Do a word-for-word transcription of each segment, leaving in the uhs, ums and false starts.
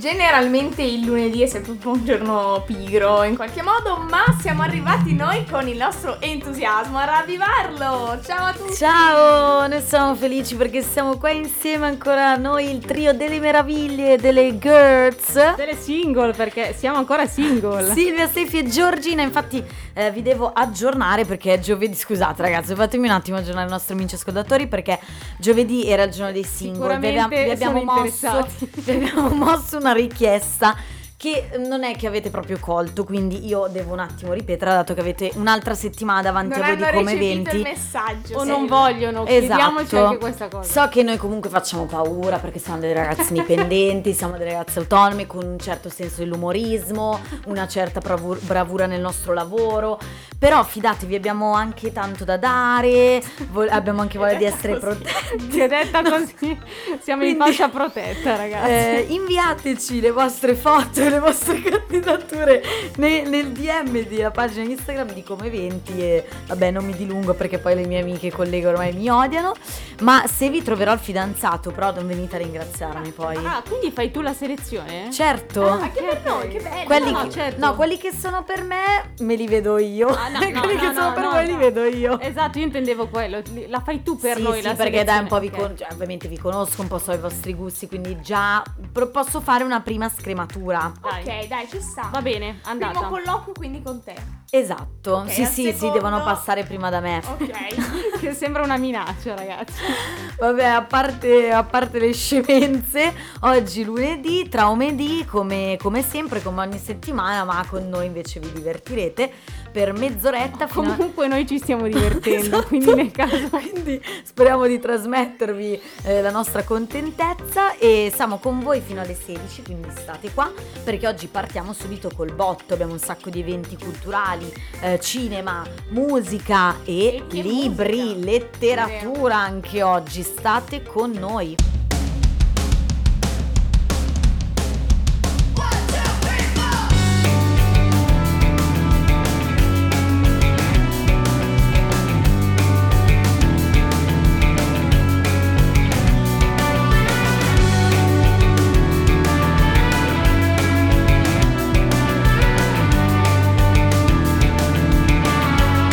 Generalmente il lunedì è sempre un po' un giorno pigro in qualche modo, ma siamo arrivati noi con il nostro entusiasmo a ravvivarlo. Ciao a tutti! Ciao, noi siamo felici perché siamo qua insieme ancora noi, il trio delle meraviglie, delle girls, delle single, perché siamo ancora single. Silvia, Stefi e Giorgina. Infatti eh, vi devo aggiornare perché è giovedì. Scusate ragazzi, fatemi un attimo aggiornare i nostri amici ascoltatori, perché giovedì era il giorno dei single. Vi abbiamo, vi abbiamo mosso, vi abbiamo mosso una richiesta che non è che avete proprio colto, quindi io devo un attimo ripetere, dato che avete un'altra settimana davanti non a voi di come eventi. il messaggio, o sì. non vogliono, Esatto. Chiediamoci anche questa cosa. So che noi comunque facciamo paura perché siamo delle ragazze indipendenti, siamo delle ragazze autonome con un certo senso dell'umorismo, una certa bravura, bravura nel nostro lavoro, però fidatevi, abbiamo anche tanto da dare, vo- abbiamo anche voglia di essere protetti. Ti è detta No. così, siamo Quindi, in fascia protetta, ragazzi. Eh, inviateci le vostre foto, le vostre candidature nel, nel D M della pagina Instagram di Come Eventi. E vabbè, non mi dilungo perché poi le mie amiche e colleghe ormai mi odiano, ma se vi troverò il fidanzato, però non venite a ringraziarmi poi. Ah, quindi fai tu la selezione? Certo. Ah, Anche per noi, che bello. Quelli, no, che, certo. no, quelli che sono per me me li vedo io. Ah, no, E no, quelli no, che no, sono per no, voi no. li vedo io. Esatto, io intendevo quello. La fai tu per sì, noi sì, la perché dai un po' vi selezione, con- cioè, ovviamente vi conosco, un po' so i vostri gusti, quindi già pro- posso fare una prima scrematura. Dai. Ok, dai, ci sta. Va bene, andata. Primo colloquio quindi con te. Esatto. Ok, sì, al sì, sì, secondo- devono passare prima da me. Ok. Che sembra una minaccia, ragazzi. Vabbè, a parte, a parte le scemenze, oggi lunedì, traumedì, come, come sempre, come ogni settimana, ma con noi invece vi divertirete per mezz'oretta fino a... Comunque noi ci stiamo divertendo, Esatto. quindi nel caso... Quindi speriamo di trasmettervi eh, la nostra contentezza e siamo con voi fino alle sedici, quindi state qua perché oggi partiamo subito col botto. Abbiamo un sacco di eventi culturali, eh, cinema, musica e, E che libri, musica. letteratura anche oggi. State con noi.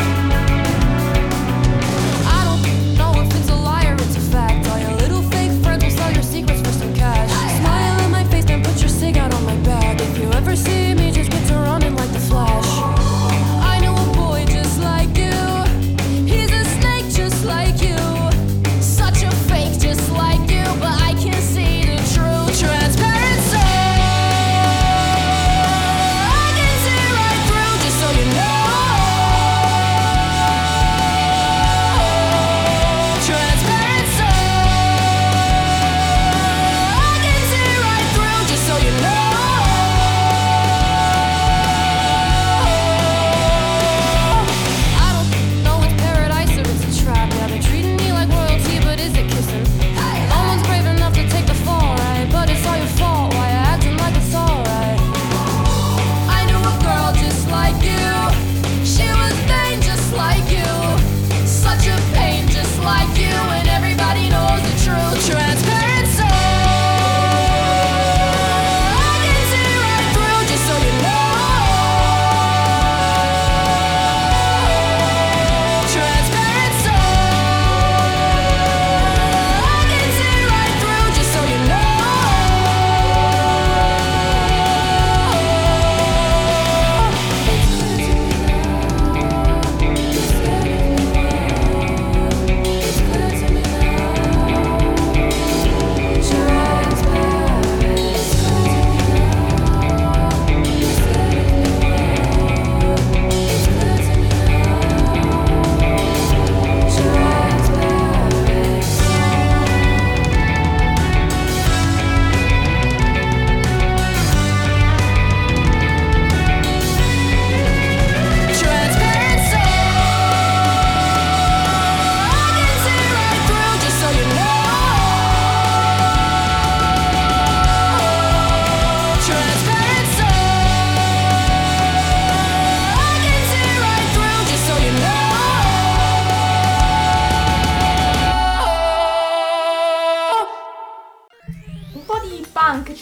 I don't know if it's a lie or it's a fact. All your little fake friends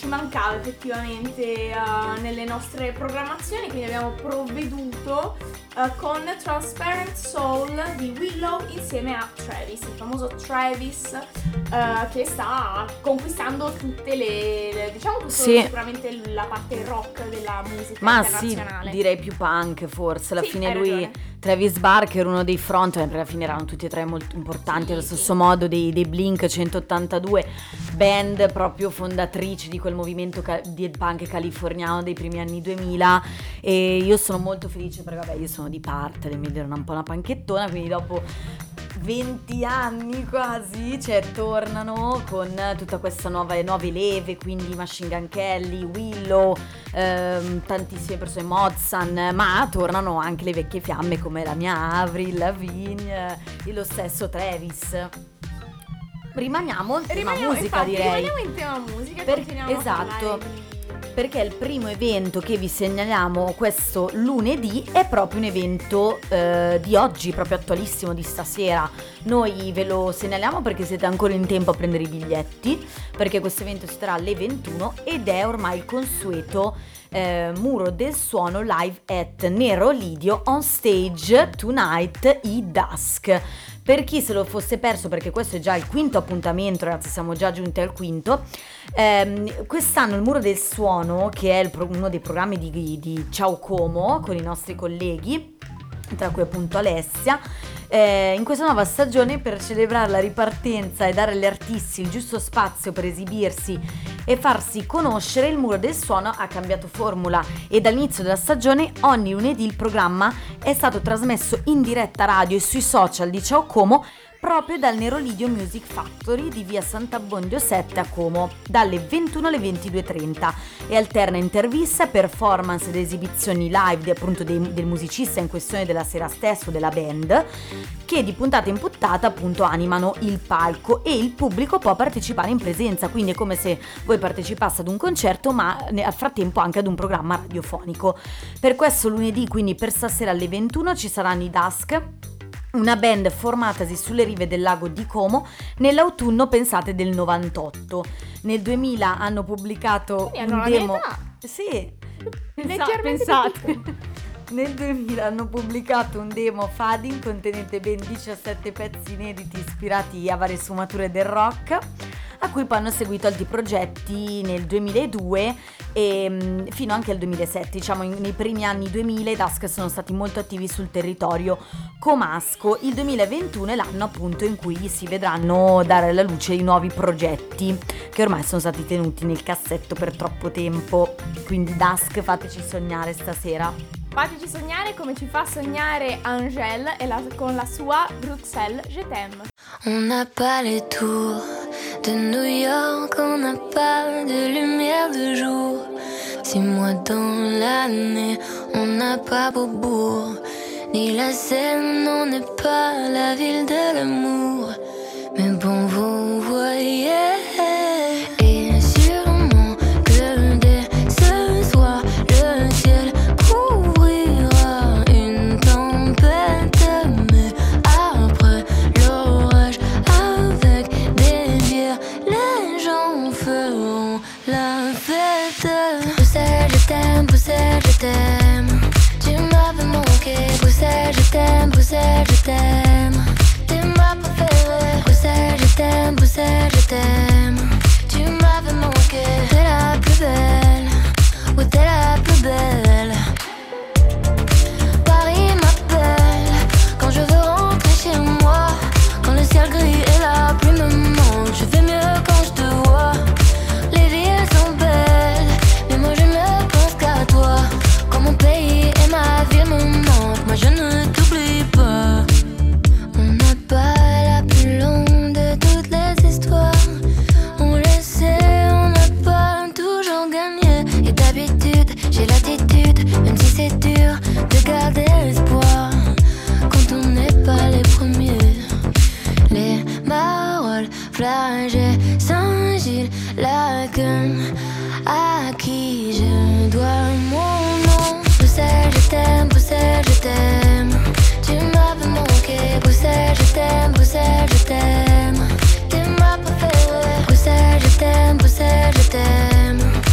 ci mancava effettivamente uh, nelle nostre programmazioni, quindi abbiamo provveduto uh, con Transparent Soul di Willow insieme a Travis, il famoso Travis uh, che sta conquistando tutte le, le diciamo tutto sì. sicuramente la parte rock della musica ma internazionale. Sì, direi più punk forse, alla sì, fine lui ragione. Travis Barker, uno dei frontman, perché alla fine erano tutti e tre molto importanti, sì, allo stesso sì. modo dei, dei Blink centottantadue, band proprio fondatrici di quel movimento ca- di punk californiano dei primi anni duemila, e io sono molto felice perché vabbè io sono di parte, mi era un po' una panchettona, quindi dopo venti anni quasi, cioè tornano con tutta questa nuova nuove leve, quindi Machine Gun Kelly, Willow, ehm, tantissime persone, Mozan, ma tornano anche le vecchie fiamme come la mia Avril Lavigne e lo stesso Travis. Rimaniamo in tema rimaniamo, musica, infatti, direi. Rimaniamo in tema musica, per, continuiamo esatto. a parlare. Perché il primo evento che vi segnaliamo questo lunedì è proprio un evento eh, di oggi, proprio attualissimo, di stasera. Noi ve lo segnaliamo perché siete ancora in tempo a prendere i biglietti, perché questo evento si terrà alle ventuno ed è ormai il consueto eh, Muro del Suono live at Nero Lidio on stage tonight i dusk. Per chi se lo fosse perso, perché questo è già il quinto appuntamento, ragazzi, siamo già giunti al quinto, ehm, quest'anno il Muro del Suono, che è il pro- uno dei programmi di, di Ciao Como con i nostri colleghi, tra cui appunto Alessia, eh, in questa nuova stagione, per celebrare la ripartenza e dare agli artisti il giusto spazio per esibirsi e farsi conoscere, il Muro del Suono ha cambiato formula e dall'inizio della stagione ogni lunedì il programma è stato trasmesso in diretta radio e sui social di Ciao Como, proprio dal Nero Lidio Music Factory di via Sant'Abbondio sette a Como, dalle ventuno alle ventidue e trenta, e alterna interviste, performance ed esibizioni live di, appunto dei, del musicista in questione della sera stesso, della band, che di puntata in puntata appunto animano il palco e il pubblico può partecipare in presenza, quindi è come se voi partecipaste ad un concerto ma nel frattempo anche ad un programma radiofonico. Per questo lunedì, quindi per stasera alle ventuno, ci saranno i Dusk, una band formatasi sulle rive del lago di Como nell'autunno, pensate, del novantotto. Nel duemila hanno pubblicato Quindi un hanno la demo. mia età. Sì. Pensa- pensate. Nel duemila hanno pubblicato un demo fading contenente ben diciassette pezzi inediti ispirati a varie sfumature del rock, a cui poi hanno seguito altri progetti nel duemiladue e fino anche al duemilasette. Diciamo in, nei primi anni duemila i Dusk sono stati molto attivi sul territorio comasco. Il duemilaventuno è l'anno appunto in cui si vedranno dare alla luce i nuovi progetti che ormai sono stati tenuti nel cassetto per troppo tempo. Quindi Dusk, fateci sognare stasera. Fateci sognare come ci fa sognare Angèle e la, con la sua Bruxelles Je t'aime. On n'a pas les tours de New York, on n'a pas de lumière de jour. Six mois dans l'année, on n'a pas Beaubourg, ni la Seine, on n'est pas la ville de l'amour. Mais bon, vous voyez, et sûrement que dès ce soir, le ciel couvrira une tempête. Mais après l'orage, avec des bières, les gens feront la fête. Bruxelles, je t'aime, Bruxelles, je t'aime. Tu m'avais manqué, Bruxelles, je t'aime, Bruxelles, je t'aime. T'es ma préférée, Bruxelles, je t'aime, Bruxelles, je t'aime. Tu m'avais manqué, t'es la plus belle, oui t'es la plus belle. Paris m'appelle, quand je veux rentrer chez moi. Quand le ciel gris et la pluie me manquent, je fais mieux quand je te vois. Les villes sont belles, mais moi je ne pense qu'à toi. Quand mon pays et ma ville me manquent, moi je ne t'oublie pas. On n'a pas la plus longue de toutes les histoires. On le sait, on n'a pas toujours gagné. Et d'habitude, j'ai l'attitude, même si c'est dur, de garder l'espoir. Quand on n'est pas les premiers. Les Marolles, Flagey, Saint-Gilles, Laken, à qui je dois mon nom. Bruxelles, je t'aime, Bruxelles, je t'aime. Tu m'avais manqué, Bruxelles, je t'aime, Bruxelles, je t'aime. T'es ma préférée, Bruxelles, je t'aime, Bruxelles, je t'aime.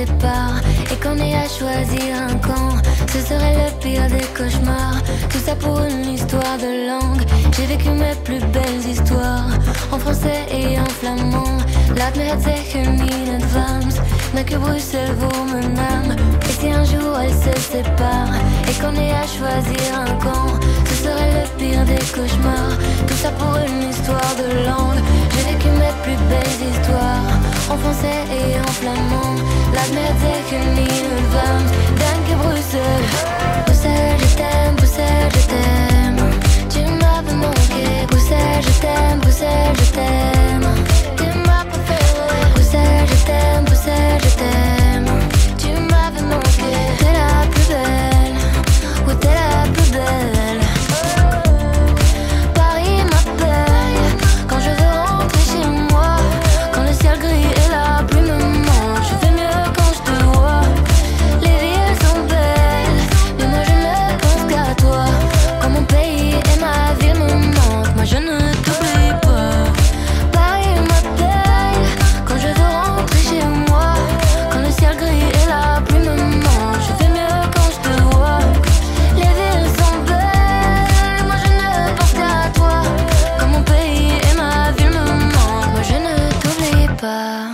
sépare et qu'on ait à choisir un camp, ce serait le pire des cauchemars. Tout ça pour une histoire de langue. J'ai vécu mes plus belles histoires en français et en flamand. Laat me het zeggen in advance, mais que Bruxelles vaut mon âme. Et si un jour elle se sépare et qu'on ait à choisir un camp, ce serait le pire des cauchemars. Tout ça pour une histoire de langue. J'ai vécu mes plus belles histoires en français et en flamand. Laat me het zeggen in advance, dank Bruxelles. Bruxelles, je t'aime, Bruxelles, je t'aime. Tu m'avais manqué, Bruxelles, je t'aime, Bruxelles, je t'aime. Tu m'as préféré, Bruxelles, je t'aime, Bruxelles, je t'aime. Tu m'avais manqué, t'es la plus belle, oui t'es la plus belle. Paris m'appelle quand je veux rentrer chez moi. Quand le ciel gris et la pluie me manquent, je fais mieux quand je te vois. Les villes sont belles, mais moi je ne pense qu'à toi. Quand mon pays et ma ville me manquent, moi je ne t'oublie pas. Paris m'appelle quand je veux rentrer chez moi. Quand le ciel gris et la pluie me manquent, je fais mieux quand je te vois. Les villes sont belles, moi je ne pense qu'à toi. Quand mon pays et ma ville me manquent, moi je ne t'oublie pas.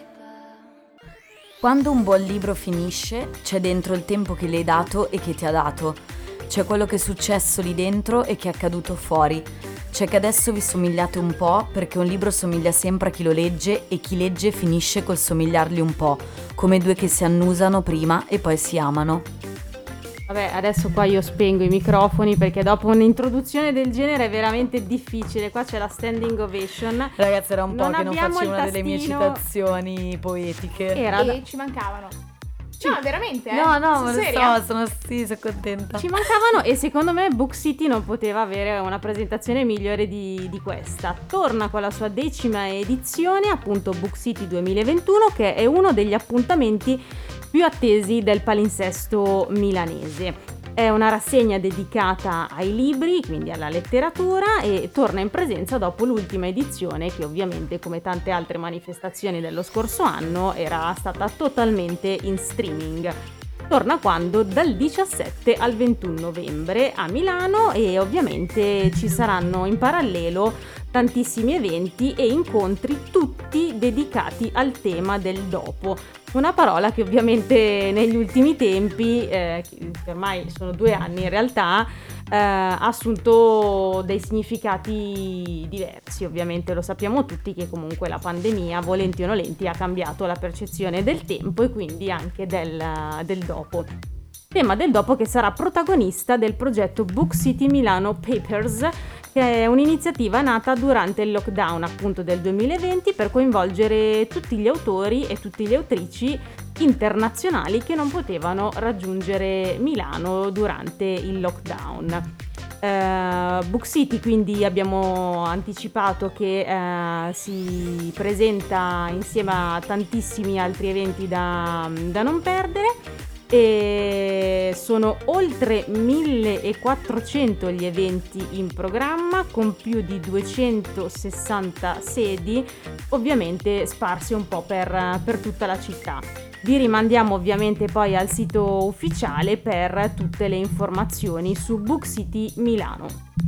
Quando un buon libro finisce, c'è dentro il tempo che le hai dato e che ti ha dato. C'è quello che è successo lì dentro e che è accaduto fuori. C'è che adesso vi somigliate un po', perché un libro somiglia sempre a chi lo legge e chi legge finisce col somigliargli un po', come due che si annusano prima e poi si amano. Vabbè, adesso qua io spengo i microfoni perché dopo un'introduzione del genere è veramente difficile. Qua c'è la standing ovation. Ragazzi, era un po' Non che non abbiamo facevo il una delle mie tastino. citazioni poetiche. Era da- E ci mancavano. No, veramente, eh? No, no, Sei ma lo seria? so, sono, sì, sono contenta. Ci mancavano e secondo me Book City non poteva avere una presentazione migliore di, di questa. Torna con la sua decima edizione, appunto Book City duemilaventuno, che è uno degli appuntamenti più attesi del palinsesto milanese. È una rassegna dedicata ai libri, quindi alla letteratura, e torna in presenza dopo l'ultima edizione che ovviamente, come tante altre manifestazioni dello scorso anno, era stata totalmente in streaming. Torna quando? Dal diciassette al ventuno novembre a Milano, e ovviamente ci saranno in parallelo tantissimi eventi e incontri tutti dedicati al tema del dopo. Una parola che ovviamente negli ultimi tempi, eh, che ormai sono due anni in realtà, eh, ha assunto dei significati diversi. Ovviamente lo sappiamo tutti che comunque la pandemia, volenti o nolenti, ha cambiato la percezione del tempo e quindi anche del, del dopo. Tema del dopo che sarà protagonista del progetto Book City Milano Papers, che è un'iniziativa nata durante il lockdown appunto del duemilaventi per coinvolgere tutti gli autori e tutte le autrici internazionali che non potevano raggiungere Milano durante il lockdown. Uh, Book City, quindi abbiamo anticipato che uh, si presenta insieme a tantissimi altri eventi da, da non perdere. E sono oltre millequattrocento gli eventi in programma, con più di duecentosessanta sedi, ovviamente sparse un po' per, per tutta la città. Vi rimandiamo ovviamente poi al sito ufficiale per tutte le informazioni su Book City Milano.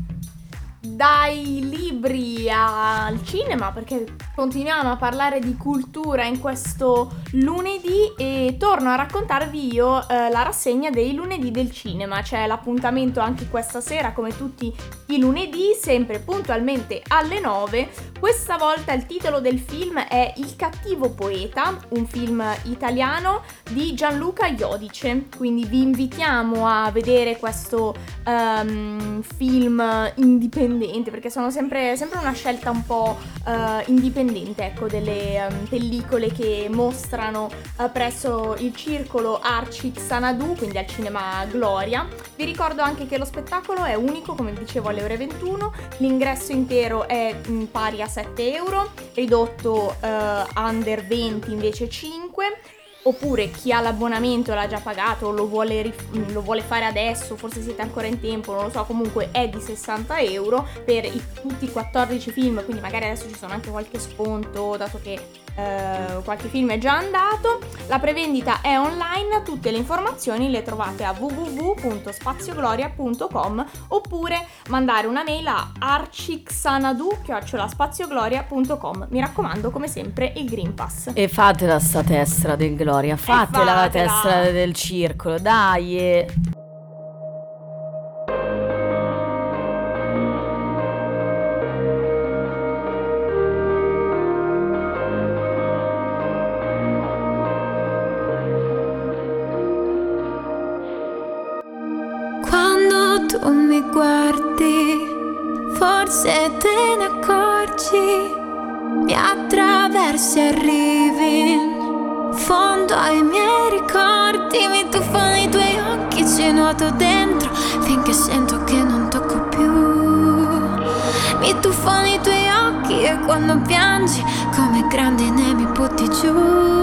Dai libri al cinema, perché continuiamo a parlare di cultura in questo lunedì, e torno a raccontarvi io eh, la rassegna dei lunedì del cinema. C'è l'appuntamento anche questa sera, come tutti i lunedì, sempre puntualmente alle nove. Questa volta il titolo del film è Il cattivo poeta, un film italiano di Gianluca Iodice, quindi vi invitiamo a vedere questo um, film indipendente, perché sono sempre, sempre una scelta un po' uh, indipendente, ecco, delle um, pellicole che mostrano uh, presso il circolo Arci Xanadu, quindi al cinema Gloria. Vi ricordo anche che lo spettacolo è unico, come vi dicevo, alle ore ventuno, l'ingresso intero è mh, pari a sette euro, ridotto uh, under venti invece cinque. Oppure chi ha l'abbonamento l'ha già pagato o lo vuole, rif- lo vuole fare adesso, forse siete ancora in tempo, non lo so, comunque è di sessanta euro per i, tutti i quattordici film, quindi magari adesso ci sono anche qualche sconto, dato che eh, qualche film è già andato. La prevendita è online, tutte le informazioni le trovate a w w w punto spaziogloria punto com oppure mandare una mail a arcixanadu chiocciola spaziogloria punto com. Mi raccomando, come sempre, il Green Pass. E fatela sta tessera del Gloria, fatela, la fatela. tessera del circolo, dai. eh. Quando tu mi guardi, forse te ne accorgi, mi attraversi e arrivi in fondo ai miei ricordi, mi tuffano i tuoi occhi, ci nuoto dentro finché sento che non tocco più. Mi tuffano i tuoi occhi e quando piangi come grandine mi butti giù.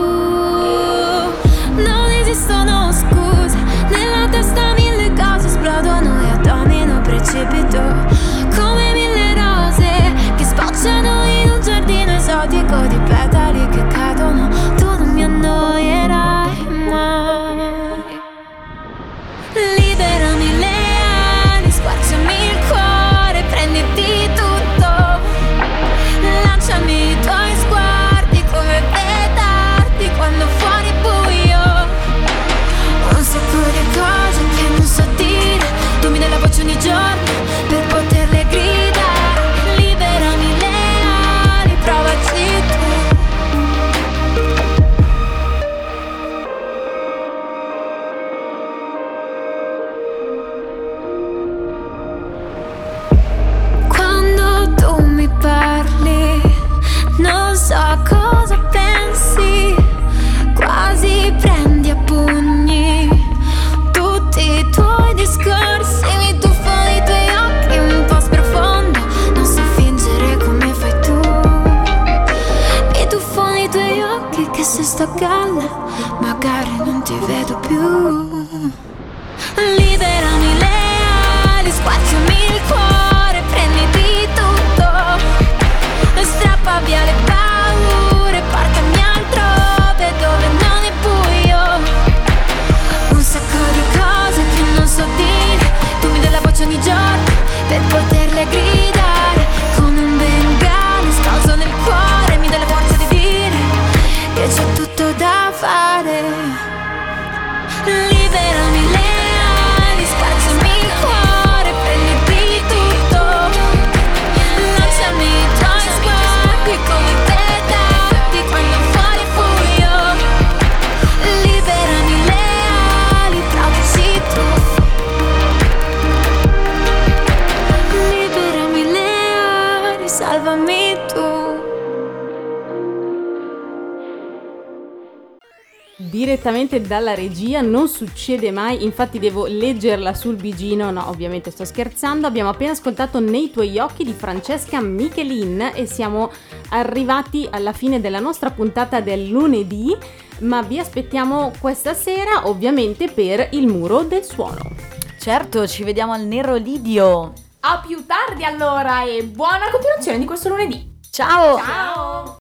Non esistono scuse, nella testa mille cose esplodono e a domino precipito come mille rose che spacciano in un giardino esotico di petali che cadono. Tu non mi annoierai mai. Liberami le ali, squarciami il cuore, prenditi tutto, lanciami i tuoi sguardi come petardi quando fuori è buio. Un sacco di cose che non so dire, tu mi dai la voce ogni giorno per poterle gridare. Liberami le ali, provaci tu. Quando tu mi parli, non so cosa pensi, quasi prendi a pugni tutti i tuoi discorsi, mi tuffano i tuoi occhi un po' sprofondo, non so fingere come fai tu. Mi tuffano i tuoi occhi che se sto a galla magari non ti vedo più. Liberami le ali, squarciami il cuore, prenditi tutto, strappa via le paure, portami altrove dove non è buio. Un sacco di cose che non so dire, tu mi dai la voce ogni giorno per poterle gridare. Come un bengale scalzo nel cuore, mi dai la forza di dire che c'è tutto da fare. Liberami le ali, spacciami il cuore, prenditi tutto, lanciami i tuoi sguardi come petardi quando fuori è buio. Liberami le ali, provaci tu. Liberami le ali, salvami tu. Direttamente dalla regia, non succede mai, infatti devo leggerla sul bigino, no, ovviamente sto scherzando. Abbiamo appena ascoltato Nei tuoi occhi di Francesca Michelin e siamo arrivati alla fine della nostra puntata del lunedì, ma vi aspettiamo questa sera ovviamente per il Muro del Suono. Certo, ci vediamo al Nero Lidio. A più tardi allora e buona continuazione di questo lunedì. Ciao! Ciao!